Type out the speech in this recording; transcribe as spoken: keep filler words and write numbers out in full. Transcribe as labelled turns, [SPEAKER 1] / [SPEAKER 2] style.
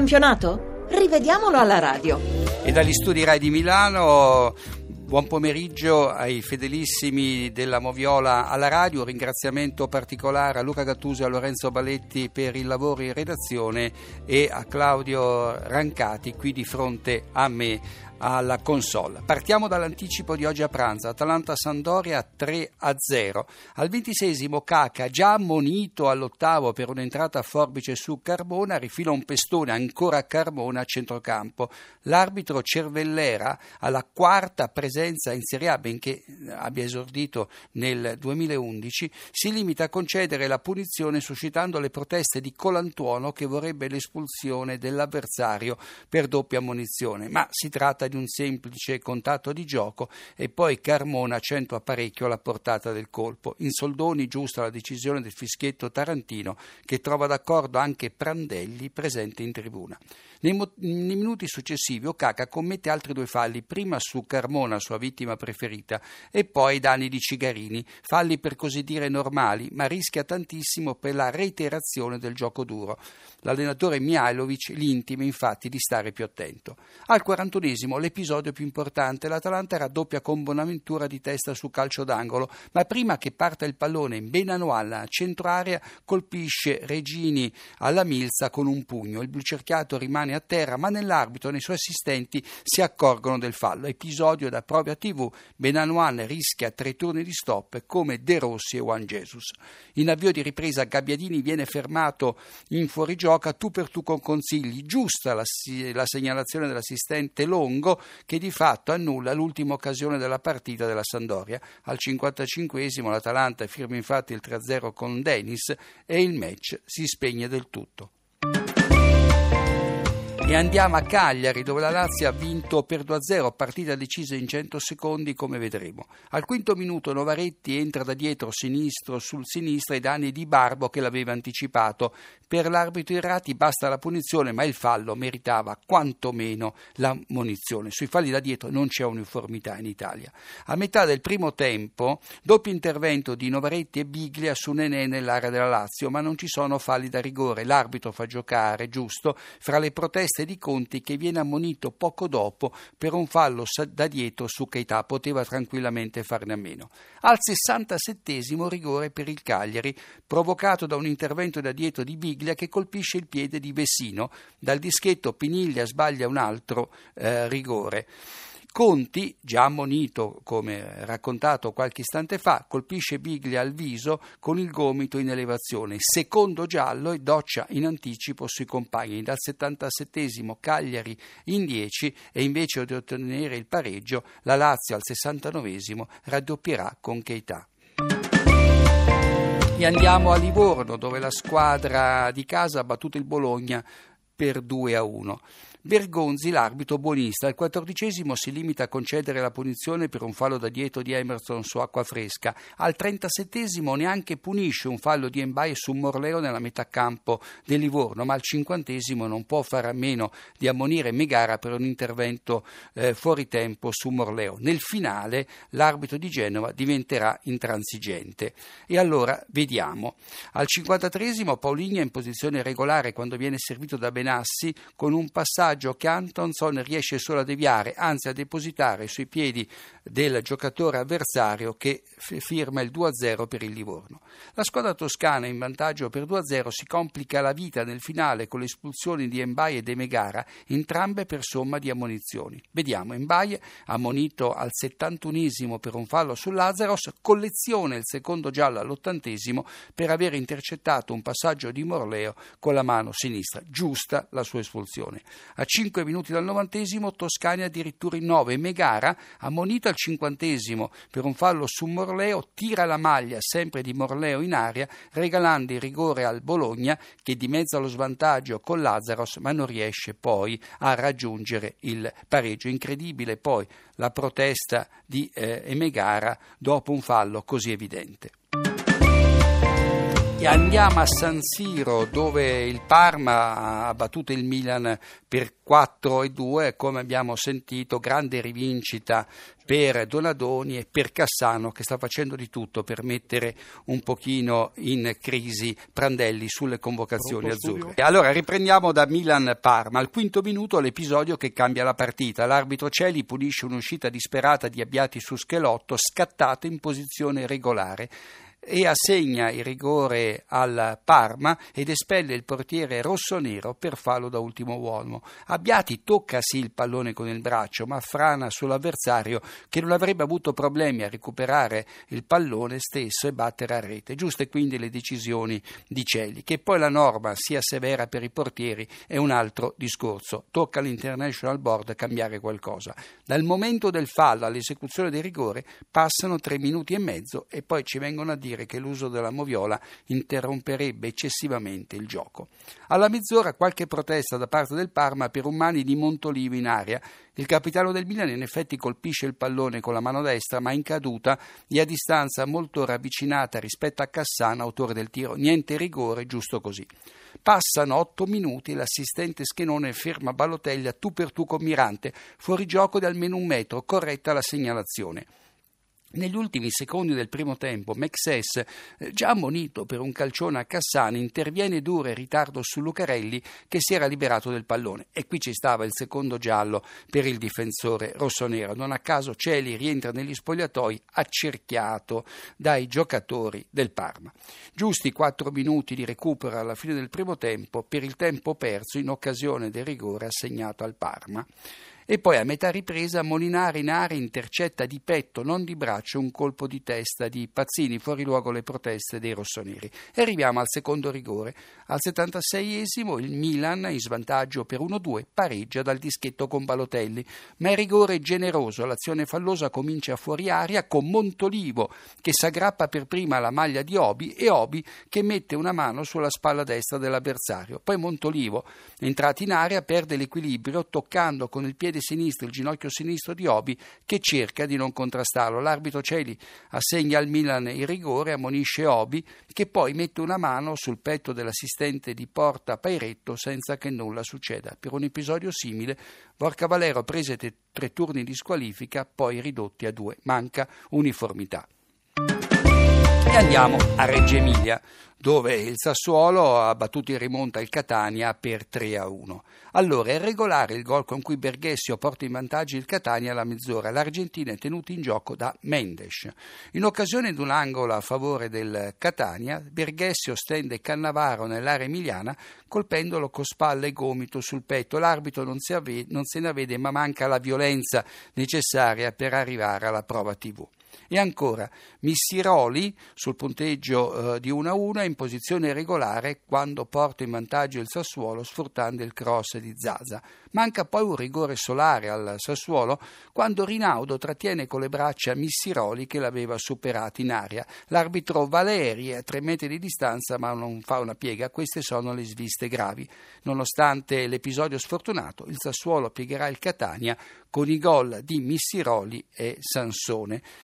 [SPEAKER 1] campionato? Rivediamolo alla radio.
[SPEAKER 2] E dagli studi Rai di Milano, buon pomeriggio ai fedelissimi della Moviola alla radio. Un ringraziamento particolare a Luca Gattuso e a Lorenzo Baletti per il lavoro in redazione e a Claudio Rancati qui di fronte a me alla console. Partiamo dall'anticipo di oggi a pranzo. Atalanta-Sampdoria tre a zero. Al ventiseiesimo Caca, già ammonito all'ottavo per un'entrata a forbice su Carbona, rifila un pestone ancora a Carbona a centrocampo. L'arbitro Cervellera, alla quarta presenza in Serie A, benché abbia esordito nel duemilaundici, si limita a concedere la punizione suscitando le proteste di Colantuono, che vorrebbe l'espulsione dell'avversario per doppia ammonizione, ma si tratta di un semplice contatto di gioco e poi Carmona centra parecchio alla portata del colpo. In soldoni giusta la decisione del fischietto tarantino, che trova d'accordo anche Prandelli presente in tribuna. Nei, mo- nei minuti successivi Okaka commette altri due falli, prima su Carmona, sua vittima preferita, e poi ai danni di Cigarini, falli per così dire normali, ma rischia tantissimo per la reiterazione del gioco duro. L'allenatore Mihajlovic gli intima infatti di stare più attento. Al quarantunesimo l'episodio più importante: l'Atalanta raddoppia con Bonaventura di testa su calcio d'angolo, ma prima che parta il pallone Benanoala a centro area colpisce Regini alla milza con un pugno. Il blucerchiato rimane a terra, ma nell'arbitro e nei suoi assistenti si accorgono del fallo. Episodio da Propria tivù: Benanoala rischia tre turni di stop come De Rossi e Juan Jesus. In avvio di ripresa Gabbiadini viene fermato in fuorigioco a tu per tu con Consigli. Giusta la, la segnalazione dell'assistente Longo, che di fatto annulla l'ultima occasione della partita della Sampdoria. Al cinquantacinquesimo l'Atalanta firma infatti il tre a zero con Dennis e il match si spegne del tutto. E andiamo a Cagliari, dove la Lazio ha vinto per due a zero, partita decisa in cento secondi, come vedremo. Al quinto minuto Novaretti entra da dietro sinistro sul sinistro ai danni di Barbo, che l'aveva anticipato. Per l'arbitro Irrati basta la punizione, ma il fallo meritava quantomeno la munizione. Sui falli da dietro non c'è uniformità in Italia. A metà del primo tempo, doppio intervento di Novaretti e Biglia su Nenè nell'area della Lazio, ma non ci sono falli da rigore. L'arbitro fa giocare, giusto, fra le proteste di Conti, che viene ammonito poco dopo per un fallo da dietro su Keita. Poteva tranquillamente farne a meno. Al sessantasettesimo rigore per il Cagliari, provocato da un intervento da dietro di Biglia che colpisce il piede di Vecino. Dal dischetto Piniglia sbaglia un altro eh, rigore. Conti, già ammonito come raccontato qualche istante fa, colpisce Biglia al viso con il gomito in elevazione. Secondo giallo e doccia in anticipo sui compagni. Dal settantasettesimo Cagliari in dieci, e invece di ottenere il pareggio la Lazio al sessantanovesimo raddoppierà con Keita. E andiamo a Livorno, dove la squadra di casa ha battuto il Bologna per due a uno. Bergonzi, l'arbitro buonista, al quattordicesimo si limita a concedere la punizione per un fallo da dietro di Emerson su Acquafresca. Al trentasettesimo neanche punisce un fallo di Mbaye su Morleo nella metà campo del Livorno, ma al cinquantesimo non può fare a meno di ammonire Megara per un intervento eh, fuori tempo su Morleo. Nel finale l'arbitro di Genova diventerà intransigente. E allora vediamo. Al cinquantatreesimo Paulinho è in posizione regolare quando viene servito da Benassi, con un passaggio che Antonson riesce solo a deviare, anzi a depositare sui piedi del giocatore avversario, che f- firma il due a zero per il Livorno. La squadra toscana in vantaggio per due a zero si complica la vita nel finale con le espulsioni di Mbaye e De Megara, entrambe per somma di ammonizioni. Vediamo: Mbaye ammonito al settantunesimo per un fallo su Lazaros, colleziona il secondo giallo all'ottantesimo per aver intercettato un passaggio di Morleo con la mano sinistra. Giusta la sua espulsione. A cinque minuti dal novantesimo Toscani addirittura in nove. Megara, ammonito al cinquantesimo per un fallo su Morleo, tira la maglia sempre di Morleo in aria, regalando il rigore al Bologna, che dimezza lo svantaggio con Lazaros, ma non riesce poi a raggiungere il pareggio. Incredibile poi la protesta di eh, Megara dopo un fallo così evidente. E andiamo a San Siro, dove il Parma ha battuto il Milan per quattro a due, come abbiamo sentito, grande rivincita per Donadoni e per Cassano, che sta facendo di tutto per mettere un pochino in crisi Prandelli sulle convocazioni azzurre. E allora riprendiamo da Milan-Parma. Al quinto minuto l'episodio che cambia la partita. L'arbitro Celi punisce un'uscita disperata di Abbiati su Schelotto, scattato in posizione regolare, e assegna il rigore al Parma ed espelle il portiere rossonero per fallo da ultimo uomo. Abbiati tocca sì il pallone con il braccio, ma frana sull'avversario, che non avrebbe avuto problemi a recuperare il pallone stesso e battere a rete. Giuste quindi le decisioni di Celi. Che poi la norma sia severa per i portieri è un altro discorso. Tocca all'International Board cambiare qualcosa. Dal momento del fallo all'esecuzione del rigore passano tre minuti e mezzo e poi ci vengono a dire che l'uso della moviola interromperebbe eccessivamente il gioco. Alla mezz'ora qualche protesta da parte del Parma per un mani di Montolivo in aria. Il capitano del Milan in effetti colpisce il pallone con la mano destra, ma in caduta e a distanza molto ravvicinata rispetto a Cassano, autore del tiro. Niente rigore, giusto così. Passano otto minuti e l'assistente Schenone ferma Balotelli a tu per tu con Mirante, fuori gioco di almeno un metro, corretta la segnalazione. Negli ultimi secondi del primo tempo, Mexes, già ammonito per un calcione a Cassano, interviene duro in ritardo su Lucarelli, che si era liberato del pallone. E qui ci stava il secondo giallo per il difensore rossonero. Non a caso Celi rientra negli spogliatoi accerchiato dai giocatori del Parma. Giusti quattro minuti di recupero alla fine del primo tempo per il tempo perso in occasione del rigore assegnato al Parma. E poi a metà ripresa Molinari in area intercetta di petto, non di braccio, un colpo di testa di Pazzini, fuori luogo le proteste dei rossoneri. E arriviamo al secondo rigore. Al settantaseiesimo il Milan, in svantaggio per uno a due, pareggia dal dischetto con Balotelli, ma il rigore è generoso. L'azione fallosa comincia fuori aria con Montolivo che s'aggrappa per prima alla maglia di Obi e Obi che mette una mano sulla spalla destra dell'avversario. Poi Montolivo, entrato in area, perde l'equilibrio toccando con il piede sinistro il ginocchio sinistro di Obi, che cerca di non contrastarlo. L'arbitro Celi assegna al Milan il rigore, ammonisce Obi, che poi mette una mano sul petto dell'assistente di porta Pairetto senza che nulla succeda. Per un episodio simile Borca Valero prese te- tre turni di squalifica, poi ridotti a due. Manca uniformità. E andiamo a Reggio Emilia, dove il Sassuolo ha battuto in rimonta il Catania per tre a uno. Allora è regolare il gol con cui Berghessio porta in vantaggio il Catania alla mezz'ora. L'Argentina è tenuta in gioco da Mendes. In occasione di un angolo a favore del Catania, Berghessio stende Cannavaro nell'area emiliana colpendolo con spalle e gomito sul petto. L'arbitro non, si avve- non se ne avvede, ma manca la violenza necessaria per arrivare alla prova tivù. E ancora, Missiroli sul punteggio eh, di uno a uno è in posizione regolare quando porta in vantaggio il Sassuolo sfruttando il cross di Zaza. Manca poi un rigore solare al Sassuolo quando Rinaudo trattiene con le braccia Missiroli che l'aveva superato in aria. L'arbitro Valeri è a tre metri di distanza ma non fa una piega. Queste sono le sviste gravi. Nonostante l'episodio sfortunato, il Sassuolo piegherà il Catania con i gol di Missiroli e Sansone.